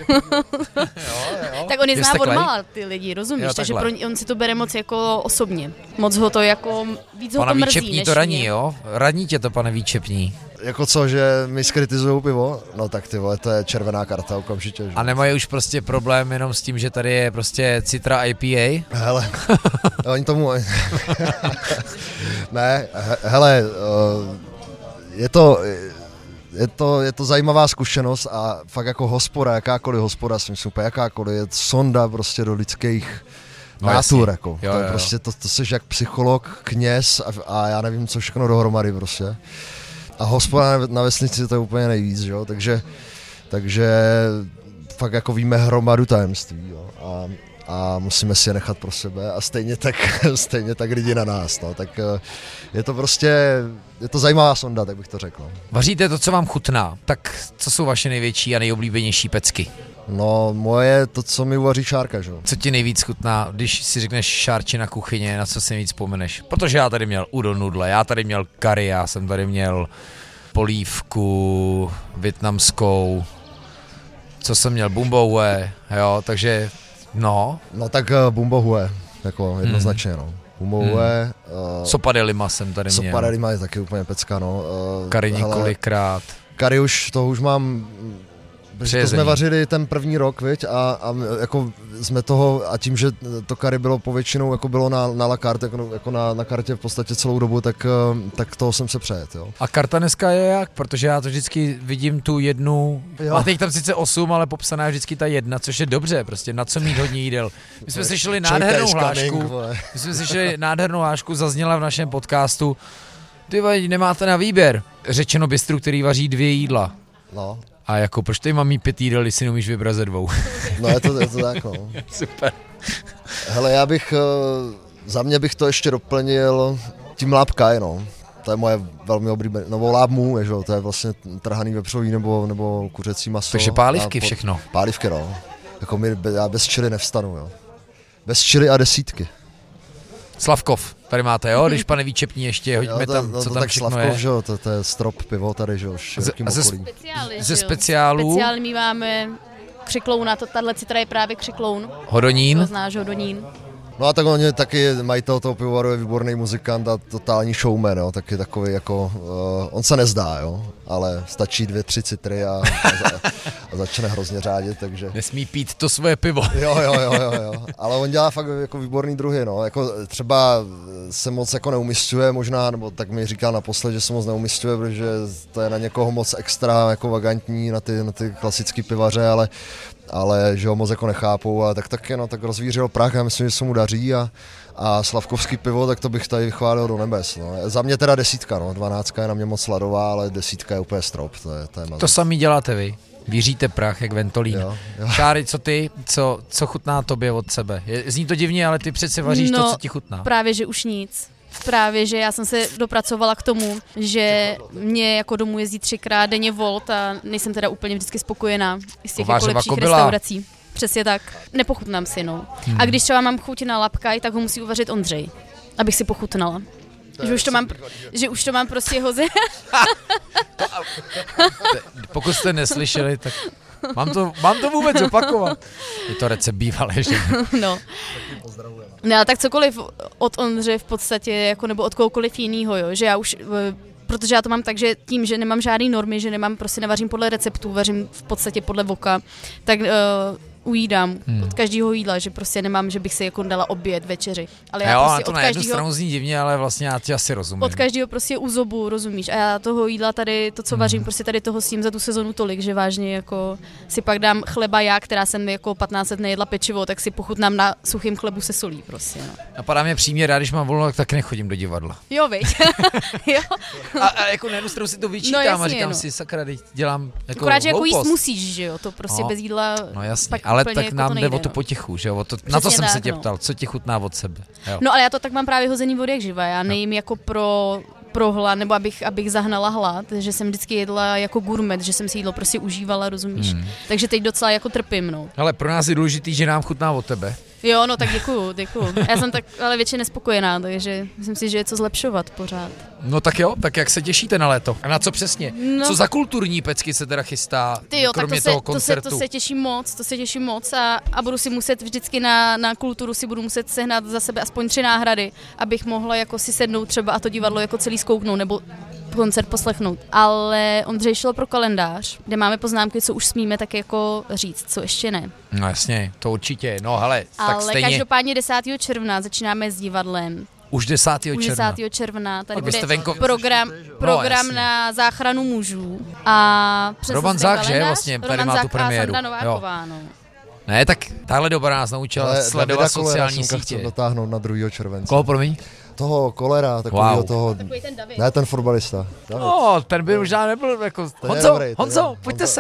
jo. Tak on je zná odmala ty lidi, rozumíš, jo, takže pro ně, on si to bere moc jako osobně. Moc ho to jako, víc ho to mrzí, Výčepní než to raní, mě. jo? Radní tě to, pane Výčepní. Jako co, že mi skritizujou pivo? No tak ty vole, to je červená karta okamžitě. Že? A nemají už prostě problém jenom s tím, že tady je prostě Citra I P A? Hele, oni tomu... ne, he, hele, je to... Je to, je to zajímavá zkušenost a fakt jako hospoda, jakákoliv hospoda, si myslím, jakákoliv, je sonda prostě do lidských no nátur, jako. Jo, to je jo, prostě, to, to jsi jak psycholog, kněz a, a já nevím, co všechno dohromady prostě. A hospoda na vesnici to je úplně nejvíc, že jo, takže, takže fakt jako víme hromadu tajemství, jo. A, a musíme si je nechat pro sebe a stejně tak, stejně tak lidi na nás, no. Tak je to prostě, je to zajímavá sonda, tak bych to řekl. Vaříte to, co vám chutná, tak co jsou vaše největší a nejoblíbenější pecky? No, moje to, co mi uvaří Šárka, že jo. Co ti nejvíc chutná, když si řekneš Šárčina kuchyně, na co si nejvíc vzpomeneš? Protože já tady měl udon nudle, já tady měl curry, já jsem tady měl polívku vietnamskou, co jsem měl, bumbohue, jo, takže no. No tak uh, bumbohue, jako jednoznačně, hmm. no. Bumbohue. Hmm. Uh, Sopa de lima jsem tady měl. Sopa de lima je taky úplně pecka, no. Uh, curry několikrát. Curry už, to už mám... To jsme vařili ten první rok, viď, a, a jako jsme toho, a tím, že to curry bylo povětšinou, jako bylo na, na la carte, jako, jako na, na kartě v podstatě celou dobu, tak, tak toho jsem se přejet, jo. A karta dneska je jak? Protože já to vždycky vidím tu jednu, jo. A teď tam sice osm, ale popsaná je vždycky ta jedna, což je dobře, prostě na co mít hodně jídel. My jsme slyšeli nádhernou hlášku, my jsme slyšeli nádhernou hlášku, zazněla v našem podcastu, ty vadi, nemáte na výběr, řečeno bistru, který vaří dvě jídla. No. A jako, proč tady mám mít pět jídel, když si neumíš vybrat ze dvou? No je to, je to tak, no. Super. Hele, já bych, za mě bych to ještě doplnil tím lábkaj, no. To je moje velmi oblíbené, nebo lábmu, že jo, to je vlastně trhaný vepřový nebo, nebo kuřecí maso. Takže pálivky po, všechno. Pálivky, no. Jako my, já bez chili nevstanu, jo. Bez chili a desítky. Slavkov, tady máte, jo, když pane Výčepní ještě, hoďme jo, to, tam, no, co to tam tak všechno Slavkov, je. Že jo, to, to je strop pivo tady, že jo, širokým ze, okolím. Speciály, ze speciálů. Speciály míváme křiklouna, to, tahle citra je právě křikloun. Hodonín. To znáš, Hodonín. No a tak oni taky, majitel toho pivovaru je výborný muzikant a totální showman, jo, taky takový jako, uh, on se nezdá, jo, ale stačí dvě, tři citry a, a, a začne hrozně řádit, takže... Nesmí pít to svoje pivo. Jo, jo, jo, jo, jo, ale on dělá fakt jako výborný druhy, no, jako třeba se moc jako neumísťuje možná, nebo tak mi říkal naposled, že se moc neumísťuje, protože to je na někoho moc extra jako vagantní, na ty, na ty klasický pivaře, ale ale že ho moc jako nechápou a tak taky, no, tak rozvířil prach, já myslím, že se mu daří a, a slavkovský pivo, tak to bych tady vychválil do nebes, no. Za mě teda desítka, no, dvanáctka je na mě moc sladová, ale desítka je úplně strop, to je, to je To samý děláte vy, víříte prach jak ventolín. Jo, jo. Šáry, co ty, co, co chutná tobě od sebe? Je, zní to divně, ale ty přece vaříš no, to, co ti chutná. Právě, že už nic. Právě, že já jsem se dopracovala k tomu, že mě jako domů jezdí třikrát denně Volt a nejsem teda úplně vždycky spokojená z těch jako lepších kobila. Restaurací. Přesně tak, nepochutnám si, no. Hmm. A když třeba mám chuť na labkaj, tak ho musí uvařit Ondřej, abych si pochutnala. To že už to mám, že už to mám prostě hoze. Pokud jste neslyšeli, tak mám to, mám to vůbec opakovat. Je to recept bývalé, že? No. No, tak cokoliv od Ondře v podstatě, jako nebo od kohokoliv jinýho, jo, že já už, protože já to mám tak, že tím, že nemám žádný normy, že nemám, prostě nevařím podle receptů, vařím v podstatě podle voka, tak uh, ujídám hmm. od každého jídla, že prostě nemám, že bych si jako dala oběd, večeři. Ale já jo, prostě to od na jednu každého, stranu zní divně, ale vlastně já ti asi rozumím. Od každého prostě u zobu, rozumíš? A já toho jídla tady, to, co vařím, hmm. prostě tady toho sním za tu sezonu tolik, že vážně jako si pak dám chleba já, která jsem jako patnáct let nejedla pečivo, tak si pochutnám na suchým chlebu se solí prostě. No. Napadá mě přímě, rád, když mám volno, tak taky nechodím do divadla. Jo, viď? jo. A, a jako na jednu stranu si to vyčítám no, jasně, a říkám no. si, sakra, dělám jako akorát, že jako jíst musíš, že jo, to prostě no, bez jídla. No jasně, ale tak jako nám jde o to potichu, že jo, to, na to jsem tak, se tě no. ptal, co ti chutná od sebe. Jo. No ale já to tak mám právě hozený vody jak živa, já nejím no. jako pro, pro hlad, nebo abych, abych zahnala hlad, že jsem vždycky jedla jako gourmet, že jsem si jídlo prostě užívala, rozumíš, hmm. takže teď docela jako trpím, no. Ale pro nás je důležitý, že nám chutná od tebe. Jo, no tak děkuju, děkuju. Já jsem tak ale většině nespokojená, takže myslím si, že je co zlepšovat pořád. No tak jo, tak jak se těšíte na léto? A na co přesně? No. Co za kulturní pecky se teda chystá, Ty jo, kromě tak to toho se, koncertu? To se, to se těším moc, to se těším moc a, a budu si muset vždycky na, na kulturu si budu muset sehnat za sebe aspoň tři náhrady, abych mohla jako si sednout třeba a to divadlo jako celý zkouknout, nebo koncert poslechnout. Ale Ondřej šel pro kalendář, kde máme poznámky, co už smíme tak jako říct, co ještě ne. No jasně, to určitě. No hele, ale tak stejně... každopádně desátého června začínáme s divadlem. Už desátého června. Už desátého června. Tady bude venko... program, program no, na záchranu mužů. A Roman Zák, že? Vlastně tady Roman má Zák tu premiéru. A Sandra Nováková, no. Ne, tak tahle doba nás naučila ale sledovat sociální sítě. Chci dotáhnout na druhého července. Koho, promiň? Toho Kolera, takového wow. toho... Takový ten David. Ne, ten fotbalista. David. No, ten by možná nebyl jako... Ten Honzo, dobrý, Honzo, je, pojďte Honzo. sem.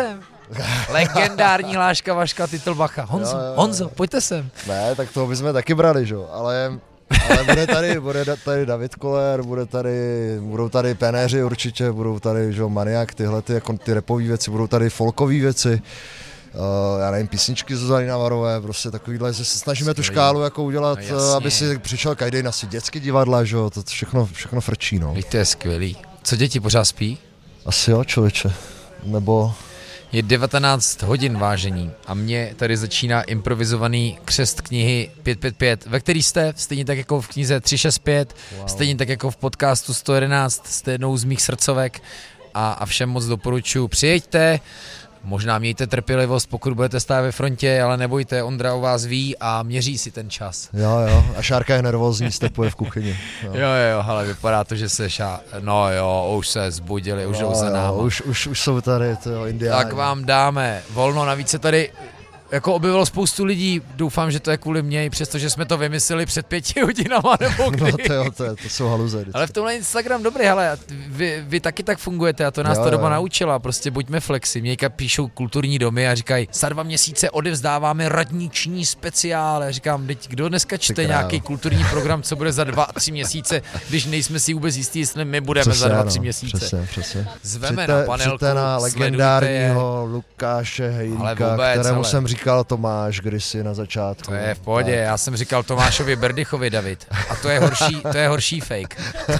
Legendární hláška Vaška Titlbacha. Honzo, jo, jo, jo. Honzo, pojďte sem. Ne, tak toho bychom taky brali, že? Ale, ale bude tady, bude tady David Koller, bude tady, budou tady Penéři určitě, budou tady, že, Maniak, tyhle ty, jako ty rapové věci, budou tady folkové věci. Uh, já nevím, písničky Zuzany Navarové, prostě takovýhle, že se snažíme tu škálu jako udělat, no, aby si přišel každý na si dětský divadla, že jo, to všechno, všechno frčí, no. Víte, to je skvělý. Co děti pořád spí? Asi jo, člověče, nebo... Je devatenáct hodin, vážení, a mně tady začíná improvizovaný křest knihy pět pět pět, ve který jste, stejně tak jako v knize tři šest pět, wow. Stejně tak jako v podcastu sto jedenáct, jste jednou z mých srdcovek a, a všem moc doporučuji, přijeďte. Možná mějte trpělivost, pokud budete stát ve frontě, ale nebojte, Ondra o vás ví a měří si ten čas. Jo, jo, a Šárka je nervózní, stepuje v kuchyni. Jo, jo, jo, ale vypadá to, že se šá... No jo, už se zbudili, už jdou za náma. Už, už, už jsou tady, to indiáni. Tak vám dáme volno, navíc se tady jako objevilo spoustu lidí, doufám, že to je kvůli mně, přestože jsme to vymysleli před pěti hodinama nebo kdy. No to jo, to, je, to jsou haluze. Ale v tomhle Instagram dobrý, hele, vy, vy taky tak fungujete a to nás jo, ta doba jo. naučila, prostě buďme flexi. Mějka píšou kulturní domy a říkají, za dva měsíce odevzdáváme radniční speciál. Já říkám, teď kdo dneska čte nějaký kulturní program, co bude za dva a tři měsíce, když nejsme si vůbec jistí, jestli my budeme přesně, za dva, tři měsíce. Přesně, přesně. Zveme přijďte, na panelku, přijďte na legendárního Lukáše Hejlíka, kterému ale... jsem říkal Tomáš kdysi na začátku. To je v pohodě, já jsem říkal Tomášovi Berdychovi, David. A to je horší, to je horší fake.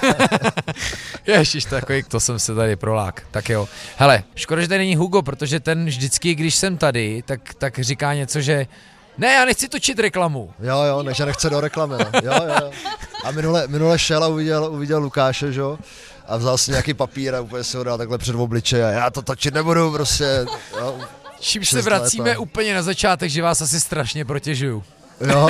Ježiš, takový, to jsem se tady prolák. Tak jo. Hele, škoda, že tady není Hugo, protože ten vždycky, když jsem tady, tak, tak říká něco, že ne, já nechci točit reklamu. Jo, jo, než nechce do reklamy. No. Jo, jo. A minule, minule šel a uviděl, uviděl Lukáše, že jo? A vzal si nějaký papír a úplně si ho dal takhle před obličej a já to točit nebudu, prostě. Jo. Čím se vracíme léta. Úplně na začátek, že vás asi strašně protěžuju. Jo.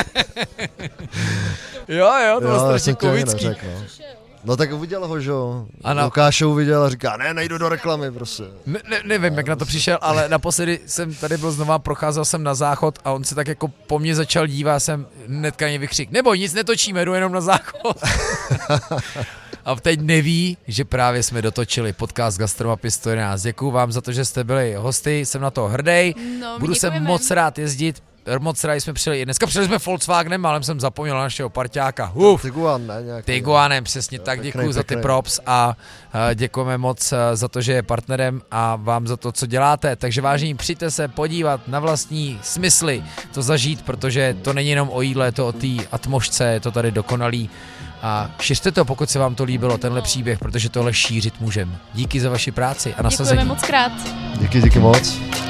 jo, jo, to bylo strašně komický. Neřek, no. no tak uviděl ho, že jo. Na... Lukáše uviděl a říká, ne, nejdu do reklamy, prostě. Ne, ne, nevím, jak na to přišel, ale naposledy jsem tady byl znova, procházel jsem na záchod a on se tak jako po mně začal dívat, jsem hnedka mě vykřik, neboj, nic netočíme, jdu jenom na záchod. A teď neví, že právě jsme dotočili podcast Gastromapy sto jedenáct. Děkuju vám za to, že jste byli hosty, jsem na to hrdý. No, budu se moc rád jezdit. Moc rádi jsme přijeli. Dneska přijeli jsme Volkswagenem, ale jsem zapomněl na našeho parťáka. Uf. Tiguan, ne? Nějaký, Tiguanem, přesně tak. Děkuju za ty props a děkujeme moc za to, že je partnerem a vám za to, co děláte. Takže vážení, přijďte se podívat na vlastní smysly, to zažít, protože to není jenom o jídle, je to o té atmosféře, je to tady dokonalý. A šiřte to, pokud se vám to líbilo, tenhle příběh, protože tohle šířit můžeme. Díky za vaši práci a nasazení. Děkujeme moc krát. Díky, díky moc.